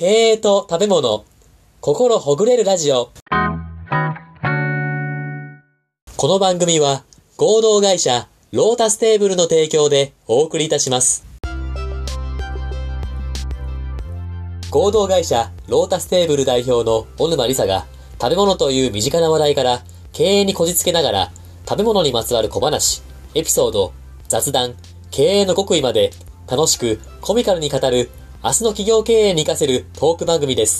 経営と食べ物、心ほぐれるラジオ。この番組は合同会社ロータステーブルの提供でお送りいたします。合同会社ロータステーブル代表の小沼理沙が、食べ物という身近な話題から経営にこじつけながら、食べ物にまつわる小話、エピソード、雑談、経営の極意まで楽しくコミカルに語る、明日の企業経営に活かせるトーク番組です。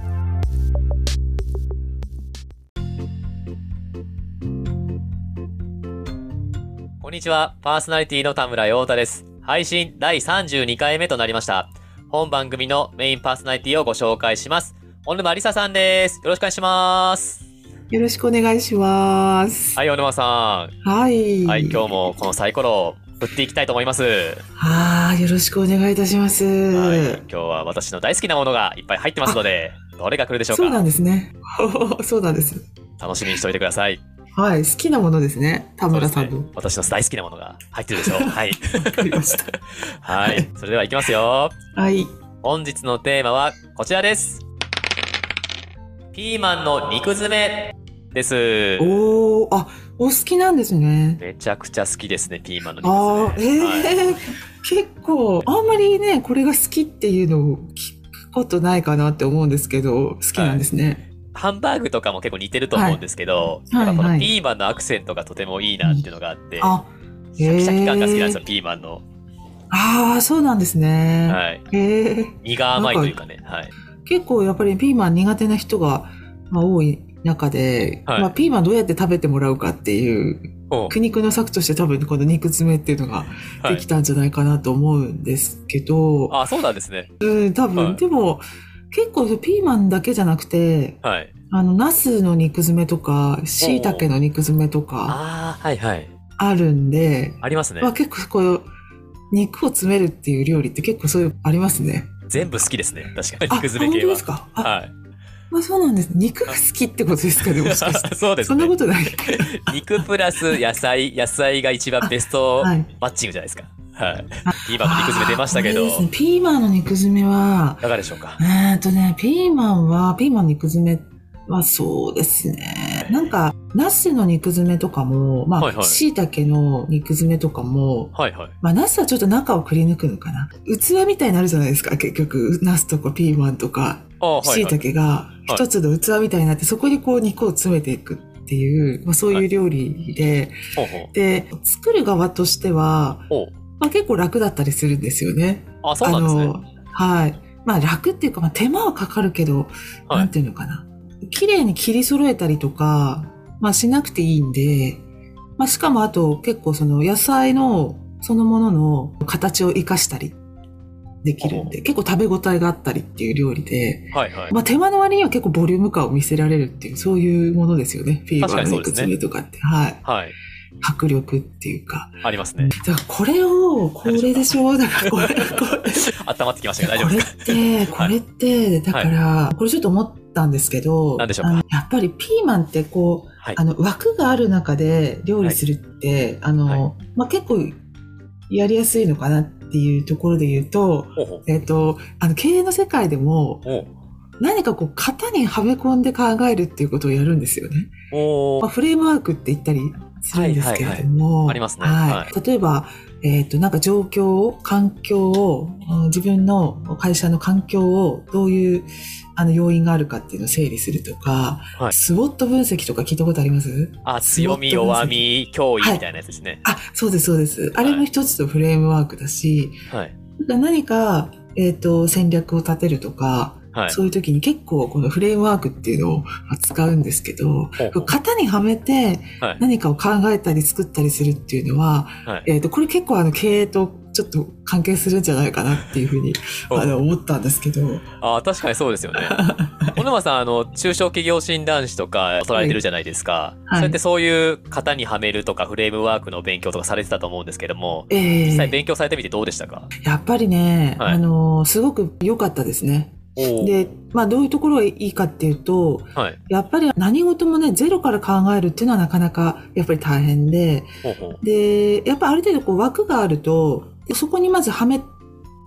こんにちは、パーソナリティの田村陽太です。配信第32回目となりました。本番組のメインパーソナリティをご紹介します。小沼理沙さんです。よろしくお願いします。 よろしくお願いします。 はい、小沼さん。 はい。 はい、今日もこのサイコロを振っていきたいと思います。 よろしくお願いいたします。 はい、今日は私の大好きなものがいっぱい入ってますので、どれが来るでしょうか。 そうなんですね。そうなんです。 楽しみにしておいてください。 はい、好きなものですね。田村さんの。 私の大好きなものが入ってるでしょう。はい。 わかりました。 はい。それでは行きますよ。 はい。 本日のテーマはこちらです。ピーマンの肉詰めです。 お好きなんですね。 めちゃくちゃ好きですね、ピーマンの肉詰め。 結構、あんまりね、これが好きっていうのを聞くことないかなって思うんですけど、好きなんですね。 ハンバーグとかも結構似てると思うんですけど、このピーマンのアクセントがとてもいいなっていうのがあって、シャキシャキ感が好きなんですよ、ピーマンの。 そうなんですね。 はい。身が甘いというかね。はい。 結構やっぱりピーマン苦手な人が多い中で、ピーマンどうやって食べてもらうかっていう苦肉の策として多分この肉詰めっていうのができたんじゃないかなと思うんですけど。 そうなんですね。 多分、でも結構ピーマンだけじゃなくて、ナスの肉詰めとか、椎茸の肉詰めとか、あるんで、 ありますね。 結構こう、肉を詰めるっていう料理って結構そういうありますね。 全部好きですね。確かに。肉詰め系は。 本当ですか？そうなんですね。肉が好きってことですかね、もしかして。 そうですね。 そんなことない。 肉プラス野菜が一番ベストマッチングじゃないですか。はい。ピーマンの肉詰め出ましたけど。 ピーマンの肉詰めは、 いかがでしょうか。 ピーマンの肉詰めはそうですね。なんか、ナスの肉詰めとかも、椎茸の肉詰めとかも、ナスはちょっと中をくり抜くのかな。器みたいになるじゃないですか、結局。ナスとかピーマンとか、椎茸が一つの器みたいになって、そこにこう肉を詰めていくっていう、そういう料理で、で、作る側としては、結構楽だったりするんですよね。 そうなんですね。 はい。楽っていうか、手間はかかるけど、なんていうのかな。綺麗に切り揃えたりとか、しなくていいんで、しかもあと結構その野菜のそのものの形を活かしたりできるんで、結構食べ応えがあったりっていう料理で、手間の割には結構ボリューム感を見せられるっていう、そういうものですよね。ピーマンの肉詰めとかって。迫力っていうか。 ありますね。 だからこれでしょ？だからこれ。 温まってきましたけど大丈夫ですか？ これって、だから、これちょっと思ったんですけど、 何でしょうか？ やっぱりピーマンってこう、枠がある中で料理するって、結構やりやすいのかなっていうところで言うと、経営の世界でも、何かこう、型にはめ込んで考えるっていうことをやるんですよね。フレームワークって言ったりするんですけれども、 ありますね。 例えば、なんか環境を、自分の会社の環境をどういう要因があるかっていうのを整理するとか、スウォット分析とか聞いたことあります？ 強み、弱み、脅威みたいなやつですね。 そうです、そうです。あれも一つのフレームワークだし、何か、戦略を立てるとか、そういう時に結構このフレームワークっていうのを使うんですけど、型にはめて何かを考えたり作ったりするっていうのは、これ結構経営とちょっと関係するんじゃないかなっていうふうに思ったんですけど。 確かにそうですよね。小沼さん、中小企業診断士とか取られてるじゃないですか。そうやってそういう型にはめるとかフレームワークの勉強とかされてたと思うんですけども、実際勉強されてみてどうでしたか？ やっぱりね、すごく良かったですね。で、どういうところがいいかっていうと、やっぱり何事もね、ゼロから考えるっていうのはなかなかやっぱり大変で、で、やっぱある程度こう枠があると、そこにまずはめ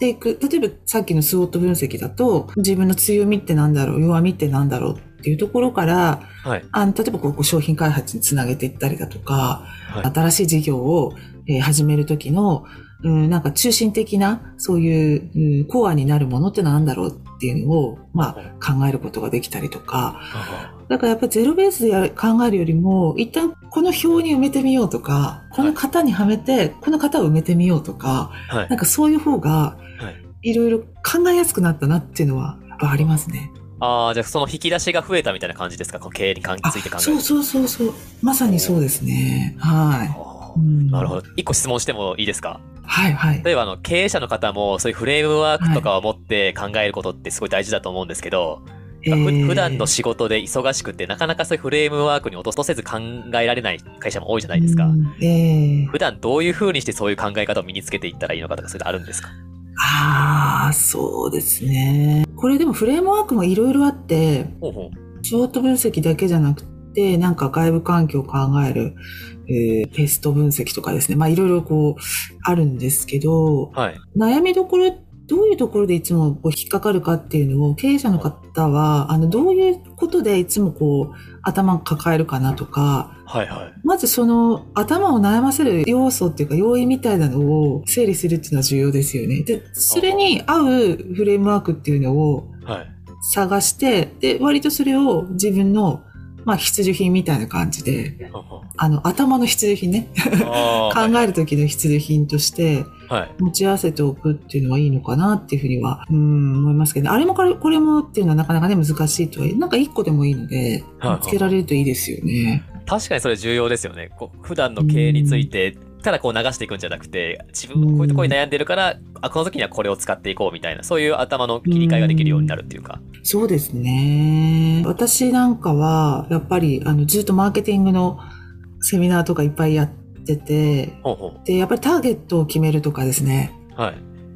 ていく。例えばさっきのスウォット分析だと、自分の強みってなんだろう、弱みってなんだろうっていうところから、はい、例えばこう商品開発につなげていったりだとか、はい、新しい事業を、始める時の、なんか中心的な、そういう、コアになるものってなんだろうっていうのを、まあ、考えることができたりとか、だからやっぱりゼロベースで考えるよりも、一旦この表に埋めてみようとか、この型にはめて、この型を埋めてみようとか、はい、なんかそういう方が、いろいろ考えやすくなったなっていうのは、やっぱありますね。 ああ、じゃあその引き出しが増えたみたいな感じですか？この経営について考える。 そう。まさにそうですね。はい。 なるほど。一個質問してもいいですか？ はいはい。 例えば経営者の方もそういうフレームワークとかを持って考えることってすごい大事だと思うんですけど、普段の仕事で忙しくてなかなかそういうフレームワークに落とせず考えられない会社も多いじゃないですか。普段どういう風にしてそういう考え方を身につけていったらいいのかとか、それであるんですか？ そうですね。これでもフレームワークもいろいろあって、ショート分析だけじゃなくて、なんか外部環境を考える、ペスト分析とかですね。まあいろいろこうあるんですけど、はい、悩みどころ、どういうところでいつもこう引っかかるかっていうのを経営者の方は、どういうことでいつもこう頭を抱えるかなとか、はいはい、まずその頭を悩ませる要素っていうか要因みたいなのを整理するっていうのは重要ですよね。で、それに合うフレームワークっていうのを探して、で、割とそれを自分のまあ必需品みたいな感じで、頭の必需品ね。考えるときの必需品として持ち合わせておくっていうのはいいのかなっていうふうには、思いますけど、ね、あれもこれもっていうのはなかなかね難しいとは、なんか一個でもいいので、見つけられるといいですよね。 確かにそれ重要ですよね。普段の経営について、ただこう流していくんじゃなくて、自分こういうところに悩んでるから、この時にはこれを使っていこうみたいな、そういう頭の切り替えができるようになるっていうか。 そうですね。私なんかは、やっぱり、ずっとマーケティングのセミナーとかいっぱいやってて、で、やっぱりターゲットを決めるとかですね。はい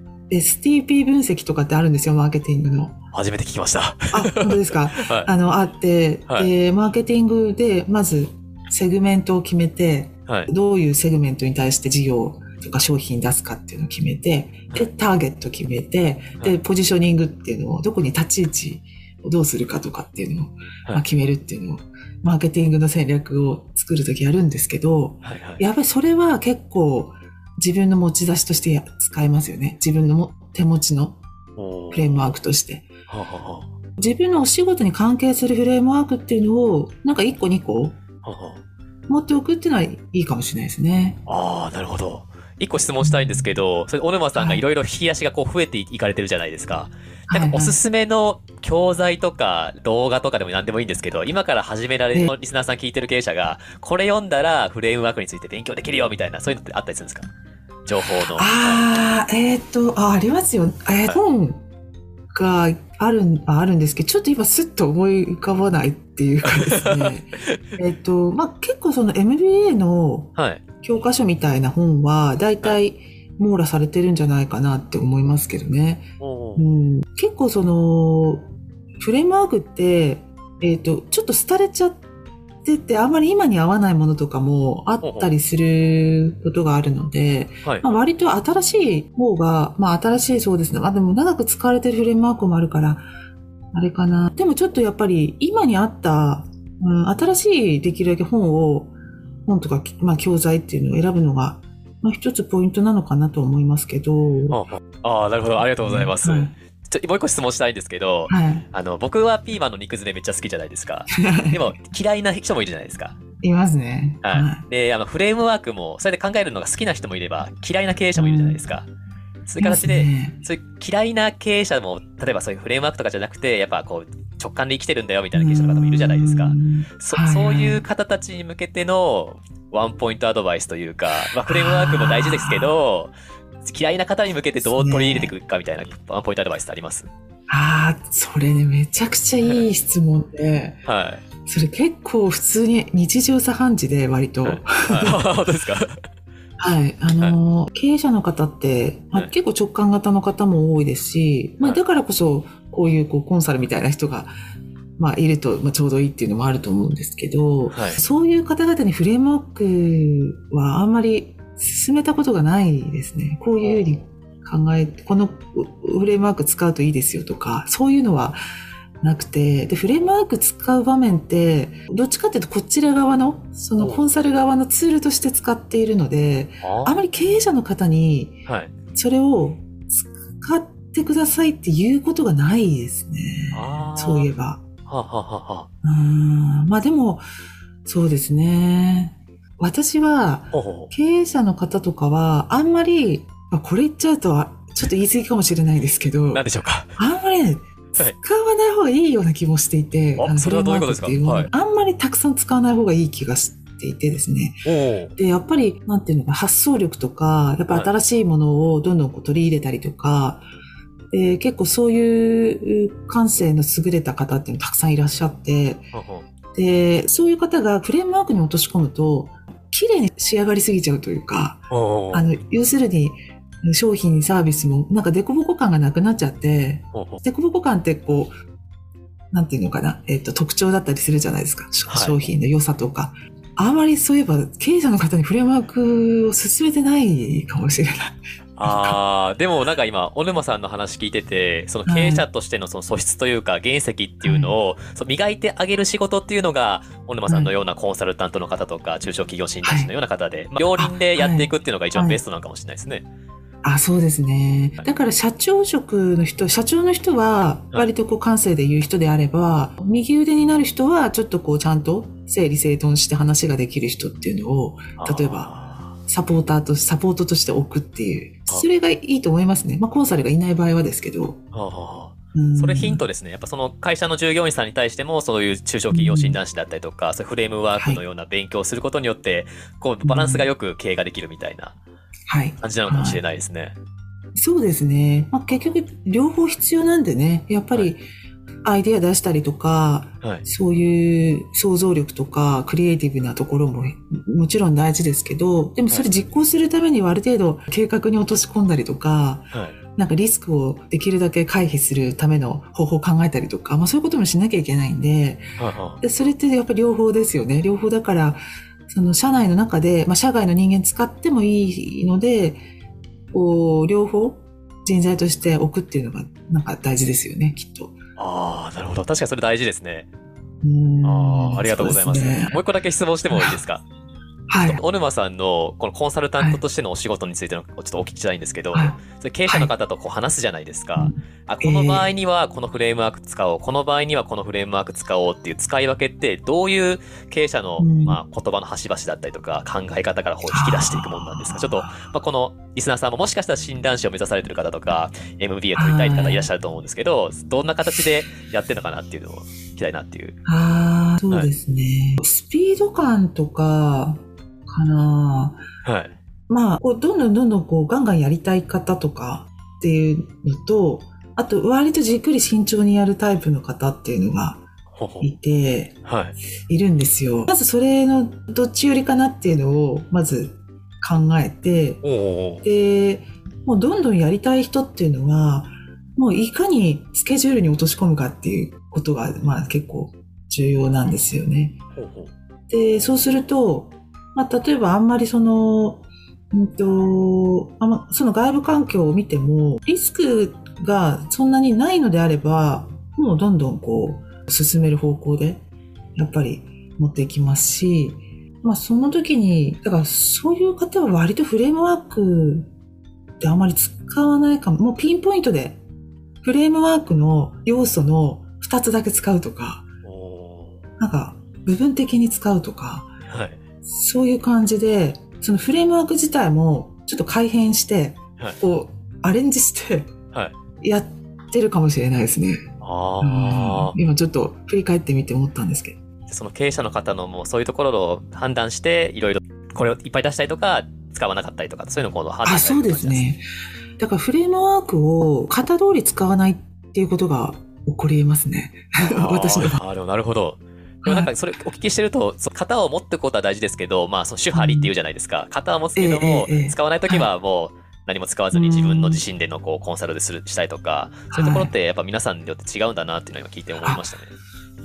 。STP 分析とかってあるんですよ、マーケティングの。 初めて聞きました。 本当ですか？はい、あって、はい、マーケティングで、まず、セグメントを決めて、はい、どういうセグメントに対して事業とか商品出すかっていうのを決めて、で、ターゲット決めて、で、ポジショニングっていうのを、どこに立ち位置をどうするかとかっていうのを、まあ、決めるっていうのを、マーケティングの戦略を作るときやるんですけど、はいはい、やっぱりそれは結構自分の持ち出しとして使えますよね。自分の手持ちのフレームワークとして。自分のお仕事に関係するフレームワークっていうのを、なんか1個2個持っておくっていうのはいいかもしれないですね。 ああ、なるほど。一個質問したいんですけど、それ小沼さんがいろいろ引き出しがこう増えていかれてるじゃないですか。なんかおすすめの教材とか動画とかでも何でもいいんですけど、今から始められるリスナーさん聞いてる経営者が、これ読んだらフレームワークについて勉強できるよみたいな、そういうのってあったりするんですか？情報の。 ありますよ。本があるんですけど、ちょっと今スッと思い浮かばないっていうかですね。まあ、結構その MBA の教科書みたいな本は、だいたい網羅されてるんじゃないかなって思いますけどね。結構その、フレームワークって、ちょっと廃れちゃってて、あんまり今に合わないものとかもあったりすることがあるので、まあ、割と新しい方が、まあ新しいそうですね。まあでも長く使われてるフレームワークもあるから、あれかな。でもちょっとやっぱり今に合った、新しいできるだけ本とか、まあ教材っていうのを選ぶのが、まあ一つポイントなのかなと思いますけど。 なるほど。ありがとうございます。もう一個質問したいんですけど、僕はピーマンの肉詰めめっちゃ好きじゃないですか。でも嫌いな人もいるじゃないですか。 いますね。 で、フレームワークも、それで考えるのが好きな人もいれば、嫌いな経営者もいるじゃないですか。そういう形で、そういう嫌いな経営者も、例えばそういうフレームワークとかじゃなくて、やっぱこう、直感で生きてるんだよみたいな経営者の方もいるじゃないですか。そういう方たちに向けてのワンポイントアドバイスというか、まあフレームワークも大事ですけど、嫌いな方に向けてどう取り入れていくかみたいなワンポイントアドバイスってあります？ それね、めちゃくちゃいい質問で、それ結構普通に日常茶飯事で割と。 本当ですか？ 経営者の方って、結構直感型の方も多いですし、まあだからこそこういうコンサルみたいな人がまあいると、ちょうどいいっていうのもあると思うんですけど、そういう方々にフレームワークはあんまり進めたことがないですね。こういうふうにこのフレームワーク使うといいですよとか、そういうのはなくて、で、フレームワーク使う場面って、どっちかっていうとこちら側の、そのコンサル側のツールとして使っているので、あまり経営者の方に、それを使ってくださいっていうことがないですね。そういえば。まあでも、そうですね。私は、経営者の方とかは、あんまり、これ言っちゃうとは、ちょっと言い過ぎかもしれないですけど、 何でしょうか。 あんまりね、使わない方がいいような気もしていて、 それはどういうことですか？ あんまりたくさん使わない方がいい気がしていてですね。で、やっぱり、なんていうのか、発想力とか、やっぱ新しいものをどんどん取り入れたりとか、で結構そういう感性の優れた方っていうのたくさんいらっしゃって、で、そういう方がフレームワークに落とし込むと、綺麗に仕上がりすぎちゃうというか、要するに、商品サービスもなんかデコボコ感がなくなっちゃって、デコボコ感ってこう、なんていうのかな、特徴だったりするじゃないですか。商品の良さとか。あまりそういえば経営者の方にフレームワークを進めてないかもしれない。 でもなんか今、小沼さんの話聞いてて、その経営者としてのその素質というか、原石っていうのを、磨いてあげる仕事っていうのが、小沼さんのようなコンサルタントの方とか、中小企業診断士のような方で、両輪でやっていくっていうのが一番ベストなのかもしれないですね。 そうですね。だから社長の人は割とこう感性で言う人であれば、右腕になる人はちょっとこうちゃんと整理整頓して話ができる人っていうのを、例えばサポートとして置くっていう、それがいいと思いますね。コンサルがいない場合はですけど。 それヒントですね。やっぱその会社の従業員さんに対しても、そういう中小企業診断士だったりとか、そういうフレームワークのような勉強をすることによって、こうバランスがよく経営ができるみたいな感じなのかもしれないですね。 そうですね。結局両方必要なんでね、やっぱりアイデア出したりとか、そういう想像力とかクリエイティブなところももちろん大事ですけど、でもそれ実行するためにはある程度計画に落とし込んだりとか、なんかリスクをできるだけ回避するための方法を考えたりとか、そういうこともしなきゃいけないんで、それってやっぱり両方ですよね。両方だから、その社内の中で、社外の人間使ってもいいので、こう、両方人材として置くっていうのがなんか大事ですよね、きっと。 なるほど。確かにそれ大事ですね。ありがとうございます。もう一個だけ質問してもいいですか？小沼さんのこのコンサルタントとしてのお仕事についてのちょっとお聞きしたいんですけど、それ経営者の方とこう話すじゃないですか。この場合にはこのフレームワーク使おう、この場合にはこのフレームワーク使おうっていう使い分けってどういう経営者の言葉の端々だったりとか考え方からこう引き出していくものなんですか？ちょっとこのリスナーさんももしかしたら診断士を目指されてる方とか MBA 取りたい方いらっしゃると思うんですけど、どんな形でやってるのかなっていうのを聞きたいなっていう。 そうですね。スピード感とかかな。こうどんどんこうガンガンやりたい方とかっていうのと、あと割とじっくり慎重にやるタイプの方っていうのがいて、いるんですよ。まずそれのどっち寄りかなっていうのをまず考えて、で、もうどんどんやりたい人っていうのは、もういかにスケジュールに落とし込むかっていうことが結構重要なんですよね。で、そうすると、例えばあんまりその外部環境を見ても、リスクがそんなにないのであれば、もうどんどんこう、進める方向で、やっぱり持っていきますし、その時に、だからそういう方は割とフレームワークってあんまり使わないかも。もうピンポイントで、フレームワークの要素の2つだけ使うとか、なんか部分的に使うとか、そういう感じで、そのフレームワーク自体もちょっと改変して、こうアレンジしてやってるかもしれないですね。今ちょっと振り返ってみて思ったんですけど。 その経営者の方のもうそういうところを判断して、いろいろこれをいっぱい出したりとか、使わなかったりとか、そういうのを判断したりとか。そうですね。 だからフレームワークを型通り使わないっていうことが起こり得ますね。私の場合。 でもなるほど。でもなんかそれお聞きしてると、型を持っていくことは大事ですけど、その手張りっていうじゃないですか。型は持つけども、使わないときはもう何も使わずに自分の自身でのこうコンサルしたりとか、そういうところってやっぱ皆さんによって違うんだなっていうのを今聞いて思いましたね。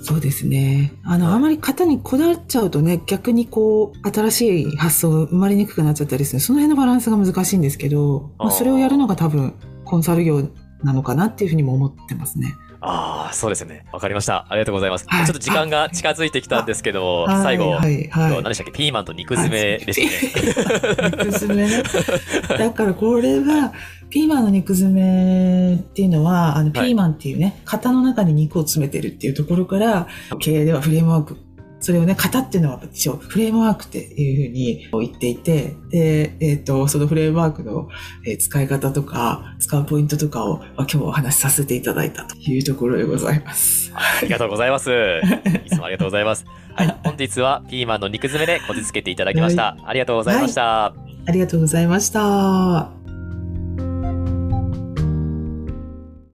そうですね。あまり型にこだわっちゃうとね、逆に新しい発想が生まれにくくなっちゃったりする。その辺のバランスが難しいんですけど、それをやるのが多分、コンサル業なのかなっていうふうにも思ってますね。 ああ、そうですね。わかりました。ありがとうございます。ちょっと時間が近づいてきたんですけど、最後、何でしたっけ、ピーマンと肉詰めですね。 肉詰めね。だからこれは、ピーマンの肉詰めっていうのは、ピーマンっていうね、型の中に肉を詰めてるっていうところから、経営ではフレームワーク。それをね、型っていうのは一応フレームワークっていうふうに言っていて、で、そのフレームワークの使い方とか、使うポイントとかを今日お話しさせていただいたというところでございます。 ありがとうございます。いつもありがとうございます。はい、本日はピーマンの肉詰めでこじつけていただきました。ありがとうございました。 ありがとうございました。